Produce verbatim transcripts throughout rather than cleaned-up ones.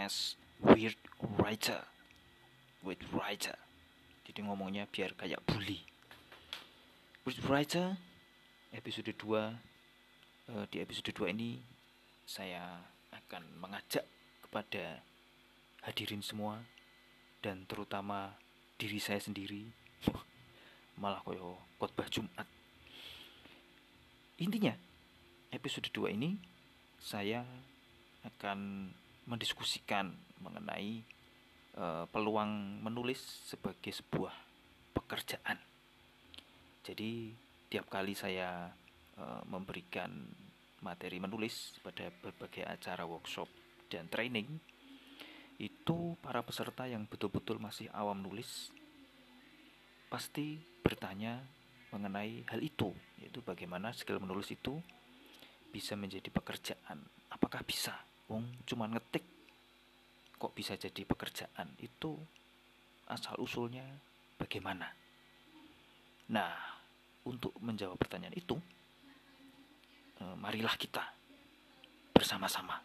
podcast Weird Writer Weird Writer. Jadi ngomongnya biar kayak bully. Weird Writer episode dua. uh, Di episode dua ini saya akan mengajak kepada hadirin semua, dan terutama diri saya sendiri, malah koyo khotbah Jumat. Intinya episode dua ini saya akan mendiskusikan mengenai uh, peluang menulis sebagai sebuah pekerjaan. Jadi tiap kali saya uh, memberikan materi menulis pada berbagai acara workshop dan training, itu para peserta yang betul-betul masih awam nulis pasti bertanya mengenai hal itu, yaitu bagaimana skill menulis itu bisa menjadi pekerjaan. Apakah bisa? Wong cuma ngetik kok bisa jadi pekerjaan? Itu asal usulnya bagaimana? Nah, untuk menjawab pertanyaan itu, eh, marilah kita bersama-sama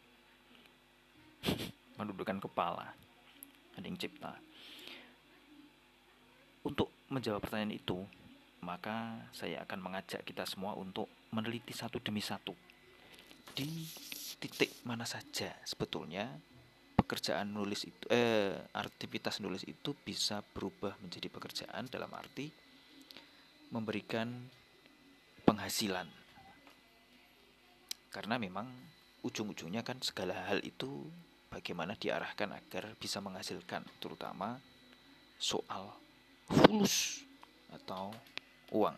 menundukkan kepala, hening cipta. Untuk menjawab pertanyaan itu, maka saya akan mengajak kita semua untuk meneliti satu demi satu di titik mana saja sebetulnya pekerjaan nulis itu eh aktivitas nulis itu bisa berubah menjadi pekerjaan, dalam arti memberikan penghasilan. Karena memang ujung-ujungnya kan segala hal itu bagaimana diarahkan agar bisa menghasilkan, terutama soal fulus atau uang.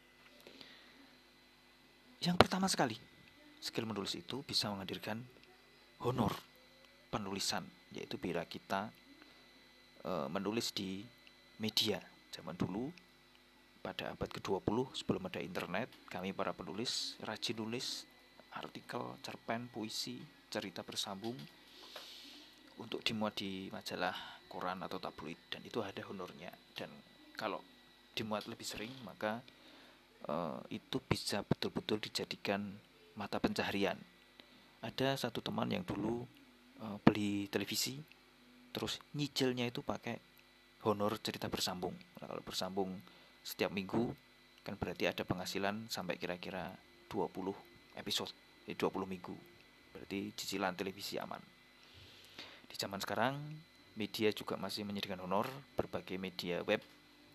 Yang pertama sekali, skill menulis itu bisa menghadirkan honor penulisan, yaitu bila kita e, menulis di media. Zaman dulu pada abad kedua puluh sebelum ada internet, kami para penulis rajin nulis artikel, cerpen, puisi, cerita bersambung untuk dimuat di majalah, koran atau tabloid, dan itu ada honornya. Dan kalau dimuat lebih sering, maka e, itu bisa betul-betul dijadikan mata pencaharian. Ada satu teman yang dulu uh, beli televisi, terus nyicilnya itu pakai honor cerita bersambung. Nah, kalau bersambung setiap minggu kan berarti ada penghasilan sampai kira-kira dua puluh episode, eh, dua puluh minggu. Berarti cicilan televisi aman. Di zaman sekarang media juga masih menyediakan honor, berbagai media web,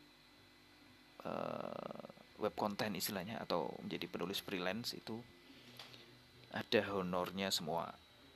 uh, web konten istilahnya, atau menjadi penulis freelance itu ada honornya semua.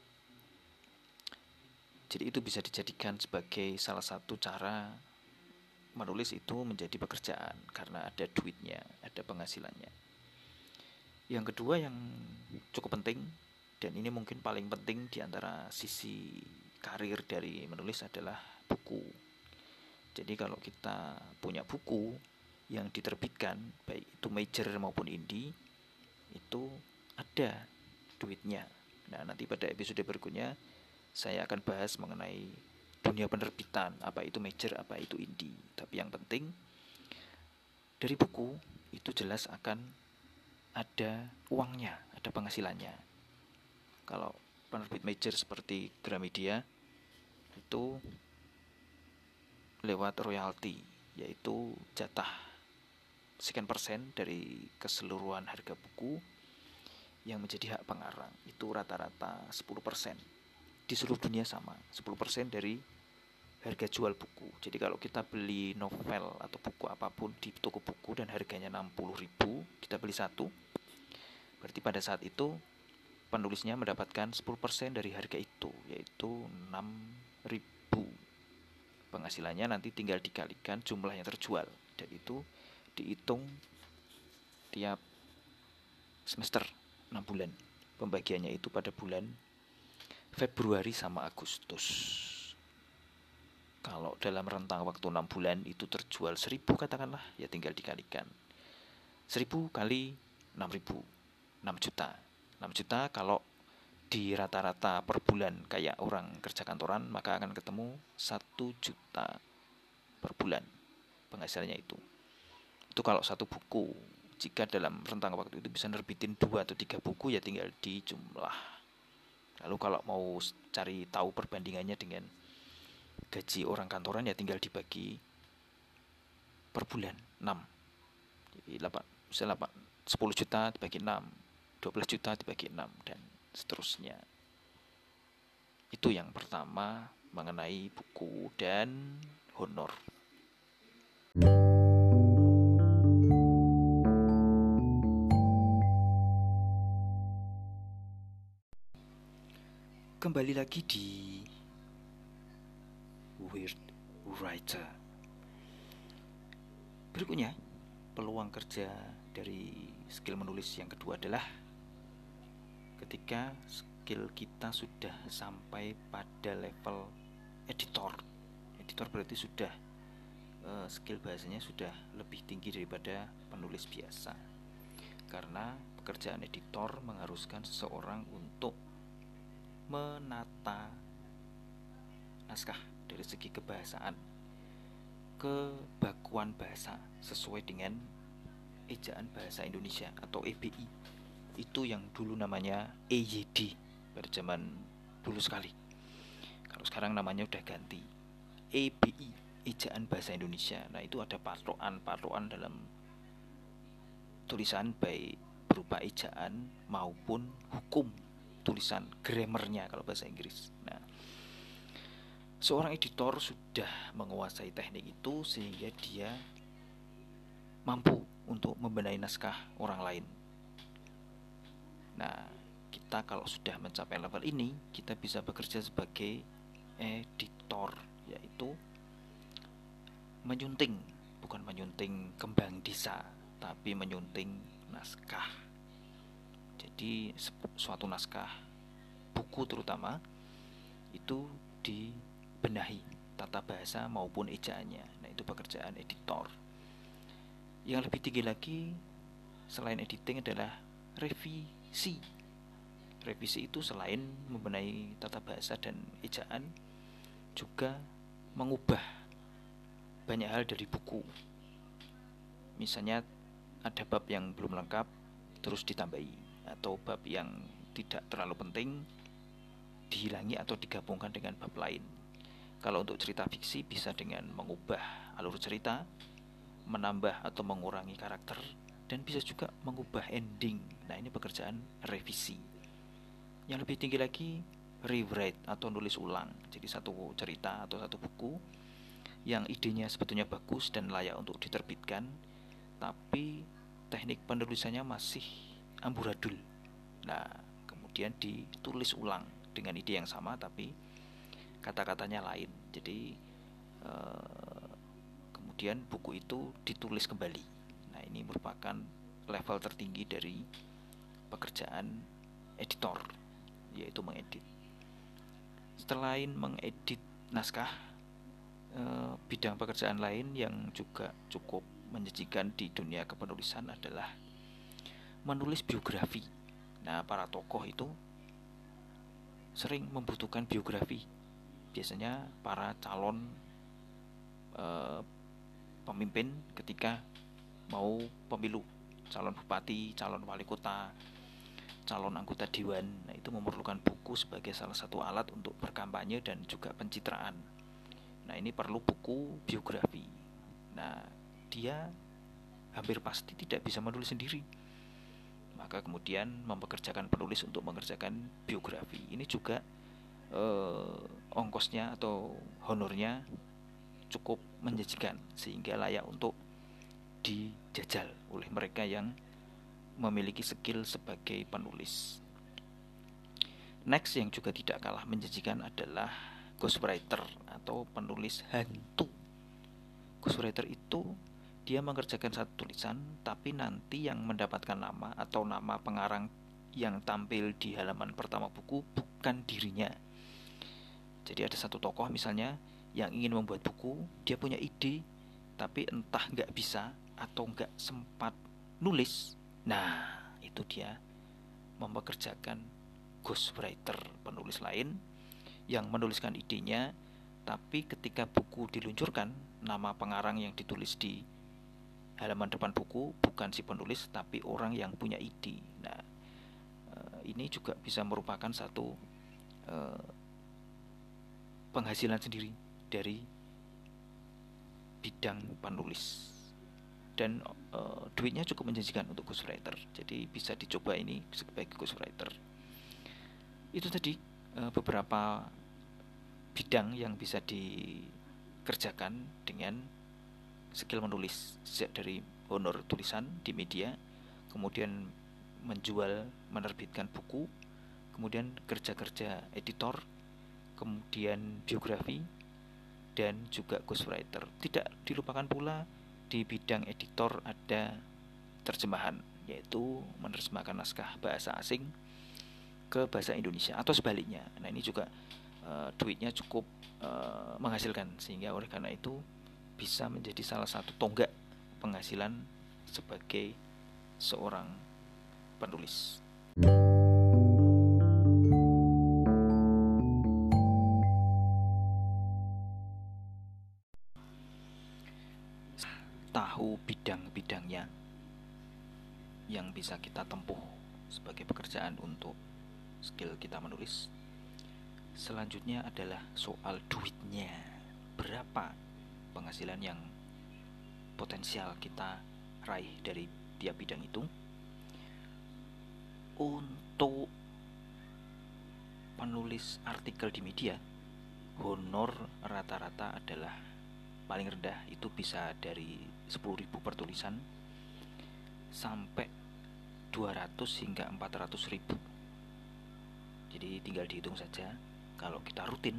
Jadi itu bisa dijadikan sebagai salah satu cara menulis itu menjadi pekerjaan, karena ada duitnya, ada penghasilannya. Yang kedua yang cukup penting, dan ini mungkin paling penting di antara sisi karir dari menulis, adalah buku. Jadi kalau kita punya buku yang diterbitkan, baik itu major maupun indie, itu ada duitnya. Nah, nanti pada episode berikutnya saya akan bahas mengenai dunia penerbitan, apa itu major, apa itu indie. Tapi yang penting dari buku itu jelas akan ada uangnya, ada penghasilannya. Kalau penerbit major seperti Gramedia itu lewat royalti, yaitu jatah sekian persen dari keseluruhan harga buku yang menjadi hak pengarang. Itu rata-rata sepuluh persen. Di seluruh dunia sama, sepuluh persen dari harga jual buku. Jadi kalau kita beli novel atau buku apapun di toko buku dan harganya enam puluh ribu, kita beli satu, berarti pada saat itu penulisnya mendapatkan sepuluh persen dari harga itu, yaitu enam ribu. Penghasilannya nanti tinggal dikalikan jumlah yang terjual, dan itu dihitung tiap semester enam bulan. Pembagiannya itu pada bulan Februari sama Agustus. Kalau dalam rentang waktu enam bulan itu terjual seribu katakanlah, ya tinggal dikalikan seribu kali enam ribu, enam juta. enam juta kalau di rata-rata per bulan kayak orang kerja kantoran, maka akan ketemu satu juta per bulan penghasilannya itu. Itu kalau satu buku. Jika dalam rentang waktu itu bisa nerbitin dua atau tiga buku, ya tinggal dijumlah. Lalu kalau mau cari tahu perbandingannya dengan gaji orang kantoran ya tinggal dibagi per bulan enam. Jadi delapan, misalnya delapan, sepuluh juta dibagi enam, dua belas juta dibagi enam, dan seterusnya. Itu yang pertama mengenai buku dan honor. Kembali lagi di Weird Writer. Berikutnya, peluang kerja dari skill menulis yang kedua adalah ketika skill kita sudah sampai pada level editor. Editor berarti sudah uh, skill bahasanya sudah lebih tinggi daripada penulis biasa. Karena pekerjaan editor mengharuskan seseorang untuk menata naskah dari segi kebahasaan, kebakuan bahasa sesuai dengan ejaan bahasa Indonesia atau E B I. Itu yang dulu namanya E Y D pada zaman dulu sekali. Kalau sekarang namanya udah ganti E B I, ejaan bahasa Indonesia. Nah, itu ada patokan-patokan dalam tulisan baik berupa ejaan maupun hukum tulisan, grammarnya kalau bahasa Inggris. Nah, seorang editor sudah menguasai teknik itu sehingga dia mampu untuk membenahi naskah orang lain. Nah, kita kalau sudah mencapai level ini, kita bisa bekerja sebagai editor, yaitu menyunting, bukan menyunting kembang desa, tapi menyunting naskah. Jadi suatu naskah, buku terutama, itu dibenahi tata bahasa maupun ejaannya. Nah, itu pekerjaan editor. Yang lebih tinggi lagi selain editing adalah revisi. Revisi itu selain membenahi tata bahasa dan ejaan, juga mengubah banyak hal dari buku. Misalnya ada bab yang belum lengkap terus ditambahi, atau bab yang tidak terlalu penting dihilangi atau digabungkan dengan bab lain. Kalau untuk cerita fiksi bisa dengan mengubah alur cerita, menambah atau mengurangi karakter, dan bisa juga mengubah ending. Nah, ini pekerjaan revisi. Yang lebih tinggi lagi rewrite atau nulis ulang. Jadi satu cerita atau satu buku yang idenya sebetulnya bagus dan layak untuk diterbitkan, tapi teknik penulisannya masih amburadul. Nah, kemudian ditulis ulang dengan ide yang sama tapi kata-katanya lain. Jadi eh, kemudian buku itu ditulis kembali. Nah, ini merupakan level tertinggi dari pekerjaan editor, yaitu mengedit. Selain mengedit naskah, eh, bidang pekerjaan lain yang juga cukup menjanjikan di dunia kepenulisan adalah menulis biografi. Nah, para tokoh itu sering membutuhkan biografi. Biasanya para calon eh, pemimpin ketika mau pemilu, calon bupati, calon wali kota, calon anggota dewan. Nah, itu memerlukan buku sebagai salah satu alat untuk berkampanye dan juga pencitraan. Nah, ini perlu buku biografi. Nah, dia hampir pasti tidak bisa menulis sendiri, maka kemudian mempekerjakan penulis untuk mengerjakan biografi. Ini juga eh, ongkosnya atau honornya cukup menjanjikan sehingga layak untuk dijajal oleh mereka yang memiliki skill sebagai penulis. Next yang juga tidak kalah menjanjikan adalah ghostwriter atau penulis hantu. Ghostwriter itu dia mengerjakan satu tulisan, tapi nanti yang mendapatkan nama atau nama pengarang yang tampil di halaman pertama buku bukan dirinya. Jadi ada satu tokoh misalnya yang ingin membuat buku, dia punya ide, tapi entah nggak bisa atau nggak sempat nulis. Nah, itu dia mempekerjakan ghostwriter, penulis lain yang menuliskan idenya, tapi ketika buku diluncurkan, nama pengarang yang ditulis di halaman depan buku bukan si penulis tapi orang yang punya ide. Nah, ini juga bisa merupakan satu eh, penghasilan sendiri dari bidang penulis. Dan uh, duitnya cukup menjanjikan untuk ghostwriter, jadi bisa dicoba ini sebagai ghostwriter. Itu tadi uh, beberapa bidang yang bisa dikerjakan dengan skill menulis, sejak dari honor tulisan di media, kemudian menjual, menerbitkan buku, kemudian kerja-kerja editor, kemudian biografi, dan juga ghostwriter. Tidak dilupakan pula di bidang editor ada terjemahan, yaitu menerjemahkan naskah bahasa asing ke bahasa Indonesia atau sebaliknya. Nah, ini juga uh, duitnya cukup uh, menghasilkan, sehingga oleh karena itu bisa menjadi salah satu tonggak penghasilan sebagai seorang penulis. Tahu bidang-bidangnya yang bisa kita tempuh sebagai pekerjaan untuk skill kita menulis. Selanjutnya adalah soal duitnya. Berapa penghasilan yang potensial kita raih dari tiap bidang itu? Untuk penulis artikel di media, honor rata-rata adalah paling rendah itu bisa dari sepuluh ribu per tulisan sampai dua ratus hingga empat ratus ribu. Jadi tinggal dihitung saja, kalau kita rutin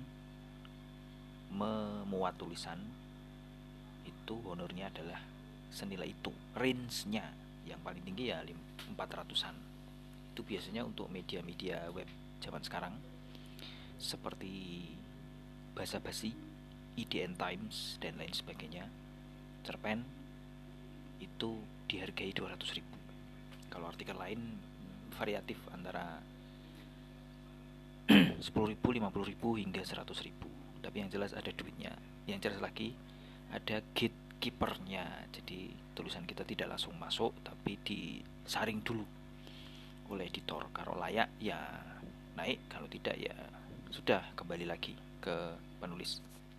memuat tulisan itu honornya adalah senilai itu. Range-nya yang paling tinggi ya empat ratusan. Itu biasanya untuk media-media web zaman sekarang seperti Bahasa Basi, I D N Times, dan lain sebagainya, Cerpen, itu dihargai dua ratus ribu. Kalau artikel lain variatif antara sepuluh ribu, lima puluh ribu, hingga seratus ribu. Tapi yang jelas ada duitnya. Yang jelas lagi ada gatekeepernya. Jadi tulisan kita tidak langsung masuk, tapi disaring dulu oleh editor. Kalau layak ya naik, kalau tidak ya sudah kembali lagi ke penulis.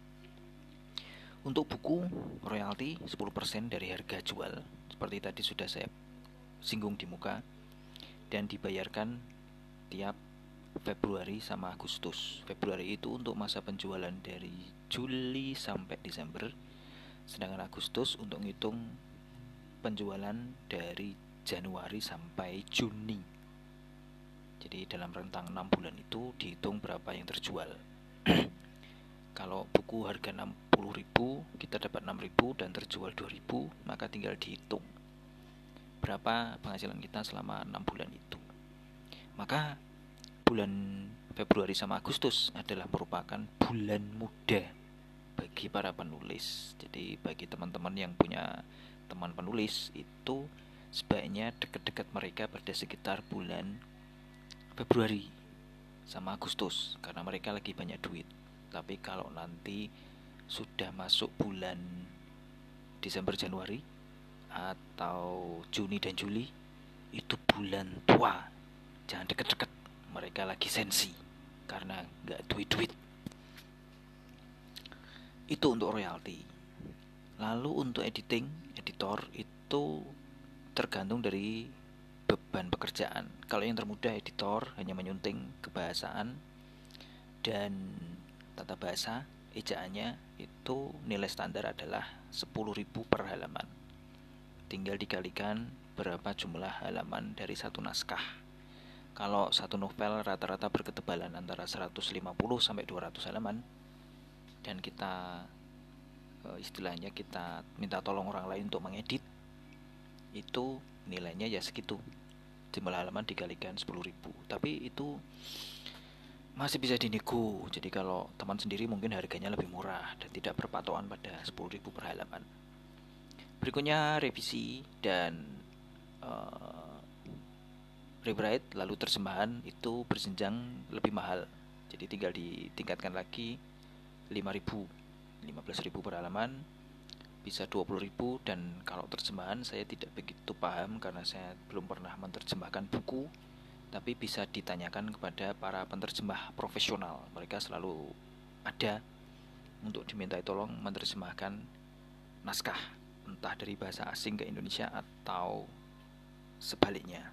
Untuk buku, royalti sepuluh persen dari harga jual, seperti tadi sudah saya singgung di muka, dan dibayarkan tiap Februari sama Agustus. Februari itu untuk masa penjualan dari Juli sampai Desember, sedangkan Agustus untuk ngitung penjualan dari Januari sampai Juni. Jadi dalam rentang enam bulan itu dihitung berapa yang terjual. Kalau buku harga enam puluh ribu, kita dapat enam ribu dan terjual dua ribu, maka tinggal dihitung berapa penghasilan kita selama enam bulan itu. Maka bulan Februari sama Agustus adalah merupakan bulan muda bagi para penulis. Jadi bagi teman-teman yang punya teman penulis, itu sebaiknya dekat-dekat mereka pada sekitar bulan Februari sama Agustus, karena mereka lagi banyak duit. Tapi kalau nanti sudah masuk bulan Desember, Januari, atau Juni dan Juli, itu bulan tua. Jangan deket-deket, mereka lagi sensi karena gak duit-duit. Itu untuk royalti. Lalu untuk editing, editor itu tergantung dari beban pekerjaan. Kalau yang termudah, editor hanya menyunting kebahasaan dan tata bahasa, ejaannya itu nilai standar adalah sepuluh ribu per halaman. Tinggal dikalikan berapa jumlah halaman dari satu naskah. Kalau satu novel rata-rata berketebalan antara seratus lima puluh sampai dua ratus halaman, dan kita istilahnya kita minta tolong orang lain untuk mengedit, itu nilainya ya segitu, jumlah halaman dikalikan sepuluh ribu. Tapi itu masih bisa dinego. Jadi kalau teman sendiri mungkin harganya lebih murah dan tidak berpatokan pada sepuluh ribu per halaman. Berikutnya revisi dan uh, rewrite, lalu terjemahan itu berjenjang lebih mahal. Jadi tinggal ditingkatkan lagi lima ribu, lima belas ribu per halaman, bisa dua puluh ribu. Dan kalau terjemahan saya tidak begitu paham karena saya belum pernah menerjemahkan buku. tapi bisa ditanyakan kepada para penerjemah profesional. Mereka selalu ada untuk dimintai tolong menerjemahkan naskah, entah dari bahasa asing ke Indonesia atau sebaliknya.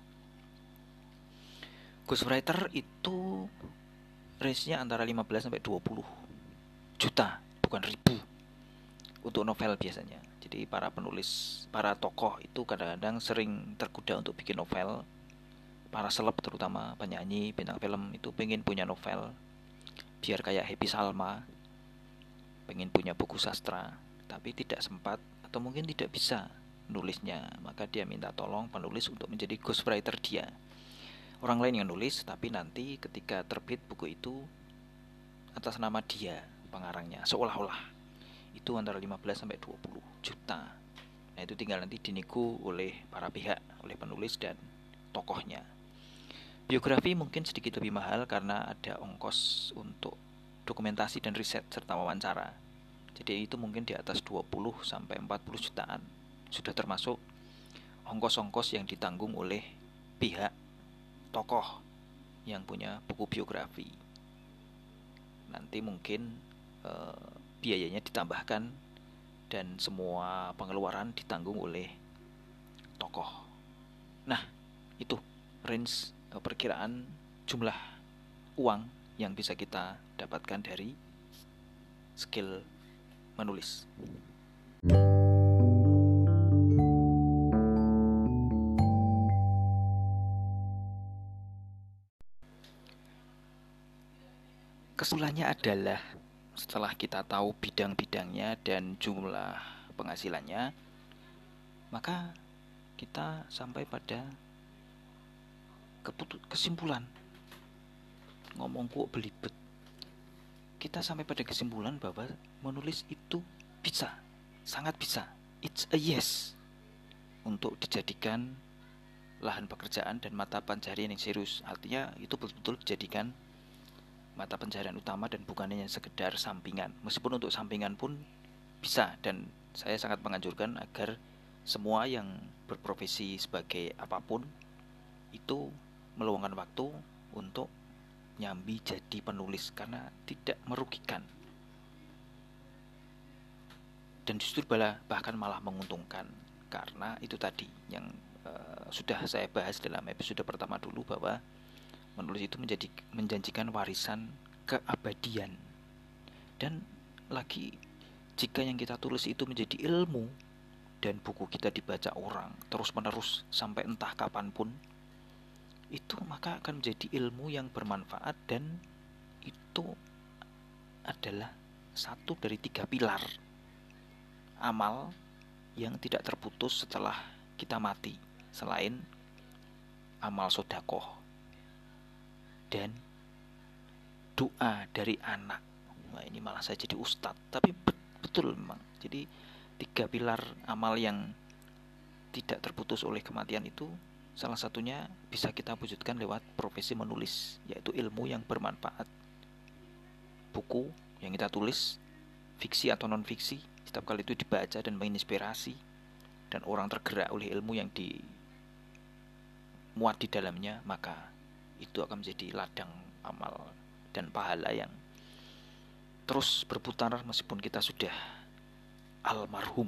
Ghostwriter itu range-nya antara lima belas sampai dua puluh juta, bukan ribu, untuk novel biasanya. Jadi para penulis, para tokoh itu kadang-kadang sering tergoda untuk bikin novel. Para seleb terutama penyanyi, bintang film itu pengen punya novel biar kayak Happy Salma, pengen punya buku sastra, tapi tidak sempat atau mungkin tidak bisa nulisnya. Maka dia minta tolong penulis untuk menjadi ghostwriter dia. Orang lain yang nulis, tapi nanti ketika terbit buku itu atas nama dia pengarangnya, seolah-olah. Itu antara lima belas sampai dua puluh juta. Nah, itu tinggal nanti dinego oleh para pihak, oleh penulis dan tokohnya. Biografi mungkin sedikit lebih mahal karena ada ongkos untuk dokumentasi dan riset serta wawancara. Jadi itu mungkin di atas dua puluh sampai empat puluh jutaan. Sudah termasuk ongkos-ongkos yang ditanggung oleh pihak tokoh yang punya buku biografi. Nanti mungkin eh, biayanya ditambahkan dan semua pengeluaran ditanggung oleh tokoh. Nah, itu range eh, perkiraan jumlah uang yang bisa kita dapatkan dari skill menulis. Kesimpulannya adalah setelah kita tahu bidang-bidangnya dan jumlah penghasilannya, maka kita sampai pada kesimpulan. Ngomongku belibet. Kita sampai pada kesimpulan bahwa menulis itu bisa, sangat bisa. It's a yes untuk dijadikan lahan pekerjaan dan mata pencarian yang serius. Artinya itu betul-betul dijadikan mata pencarian utama dan bukan hanya sekedar sampingan. Meskipun untuk sampingan pun bisa, dan saya sangat menganjurkan agar semua yang berprofesi sebagai apapun itu meluangkan waktu untuk nyambi jadi penulis karena tidak merugikan dan justru bahkan malah menguntungkan. Karena itu tadi yang uh, sudah saya bahas dalam episode pertama dulu, bahwa menulis itu menjadi menjanjikan warisan keabadian. Dan lagi, jika yang kita tulis itu menjadi ilmu dan buku kita dibaca orang terus-menerus sampai entah kapanpun, itu maka akan menjadi ilmu yang bermanfaat, dan itu adalah satu dari tiga pilar amal yang tidak terputus setelah kita mati, selain amal sodakoh dan doa dari anak. Nah, ini malah saya jadi ustadz, tapi betul memang. Jadi tiga pilar amal yang tidak terputus oleh kematian itu, salah satunya bisa kita wujudkan lewat profesi menulis, yaitu ilmu yang bermanfaat. Buku yang kita tulis, fiksi atau non-fiksi, setiap kali itu dibaca dan menginspirasi, dan orang tergerak oleh ilmu yang dimuat di dalamnya, maka itu akan menjadi ladang amal dan pahala yang terus berputar meskipun kita sudah almarhum.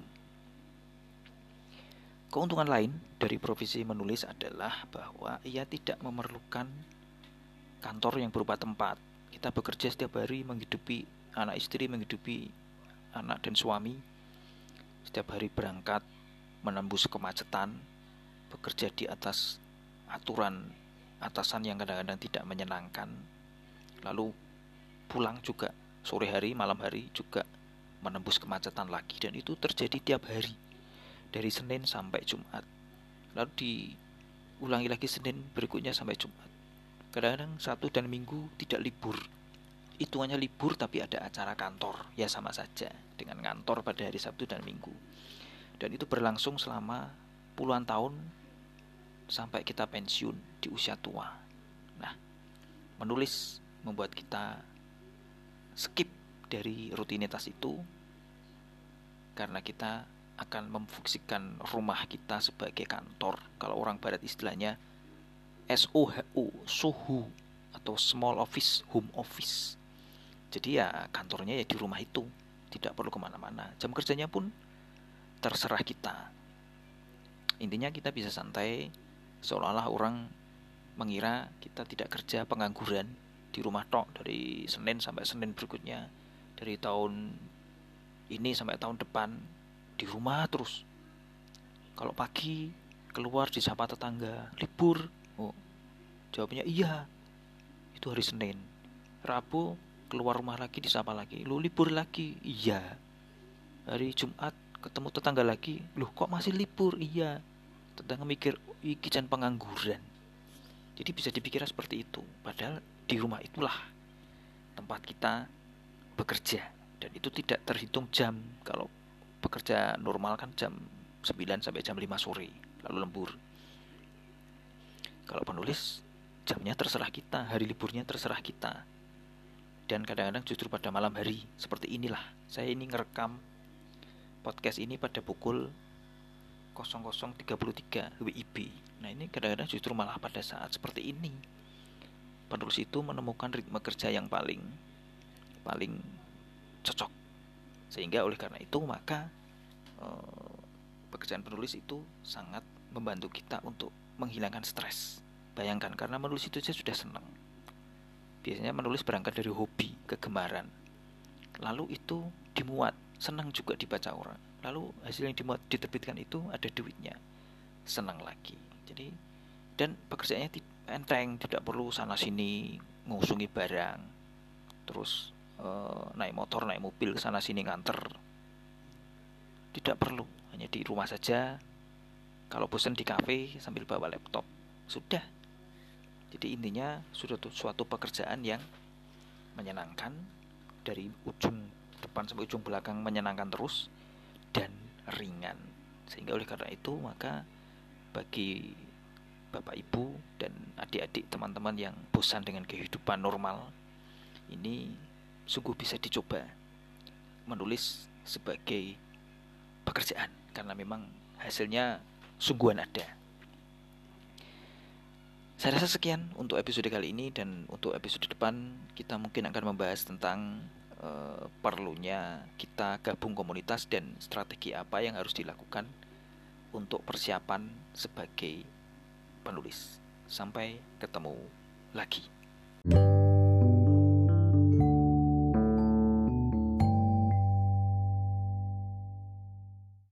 Keuntungan lain dari profesi menulis adalah bahwa ia tidak memerlukan kantor yang berupa tempat. Kita bekerja setiap hari menghidupi anak istri, menghidupi anak dan suami. Setiap hari berangkat menembus kemacetan, bekerja di atas aturan atasan yang kadang-kadang tidak menyenangkan. Lalu pulang juga sore hari, malam hari juga menembus kemacetan lagi, dan itu terjadi tiap hari dari Senin sampai Jumat. Lalu diulangi lagi Senin berikutnya sampai Jumat. Kadang-kadang Sabtu dan Minggu tidak libur. Hitungannya libur tapi ada acara kantor, ya sama saja dengan kantor pada hari Sabtu dan Minggu. Dan itu berlangsung selama puluhan tahun sampai kita pensiun di usia tua. Nah, menulis membuat kita skip dari rutinitas itu, karena kita akan memfungsikan rumah kita sebagai kantor. Kalau orang barat istilahnya S O H O, sohu, atau small office, home office. Jadi ya kantornya ya di rumah itu, tidak perlu kemana-mana. Jam kerjanya pun terserah kita. Intinya kita bisa santai, seolah-olah orang mengira kita tidak kerja, pengangguran di rumah tok dari Senin sampai Senin berikutnya, dari tahun ini sampai tahun depan di rumah terus. Kalau pagi keluar disapa tetangga, libur. Oh, jawabnya iya. Itu hari Senin. Rabu keluar rumah lagi disapa lagi, lu libur lagi. Iya. Hari Jumat ketemu tetangga lagi, loh kok masih libur? Iya. Tetangga mikir iki jan pengangguran. Jadi bisa dipikirnya seperti itu. Padahal di rumah itulah tempat kita bekerja, dan itu tidak terhitung jam. Kalau bekerja normal kan jam sembilan sampai jam lima sore, lalu lembur. Kalau penulis jamnya terserah kita, hari liburnya terserah kita. Dan kadang-kadang justru pada malam hari seperti inilah saya ini ngerekam podcast ini pada pukul nol nol tiga puluh tiga W I B. Nah ini kadang-kadang justru malah pada saat seperti ini penulis itu menemukan ritme kerja yang paling paling cocok. Sehingga oleh karena itu maka eh, pekerjaan penulis itu sangat membantu kita untuk menghilangkan stres. Bayangkan, karena menulis itu saja sudah senang. Biasanya menulis berangkat dari hobi, kegemaran. Lalu itu dimuat, senang juga dibaca orang. Lalu hasil yang dimuat diterbitkan itu ada duitnya, senang lagi. Jadi dan pekerjaannya enteng, tidak perlu sana sini ngusungi barang, terus eh, naik motor naik mobil sana sini nganter. Tidak perlu, hanya di rumah saja. Kalau bosan di kafe sambil bawa laptop, sudah. Jadi intinya sudah suatu pekerjaan yang menyenangkan, dari ujung depan sampai ujung belakang menyenangkan terus dan ringan. Sehingga oleh karena itu maka bagi Bapak Ibu dan adik-adik teman-teman yang bosan dengan kehidupan normal, ini sungguh bisa dicoba menulis sebagai pekerjaan, karena memang hasilnya sungguhan ada. Saya rasa sekian untuk episode kali ini, dan untuk episode depan kita mungkin akan membahas tentang uh, perlunya kita gabung komunitas dan strategi apa yang harus dilakukan untuk persiapan sebagai penulis. Sampai ketemu lagi.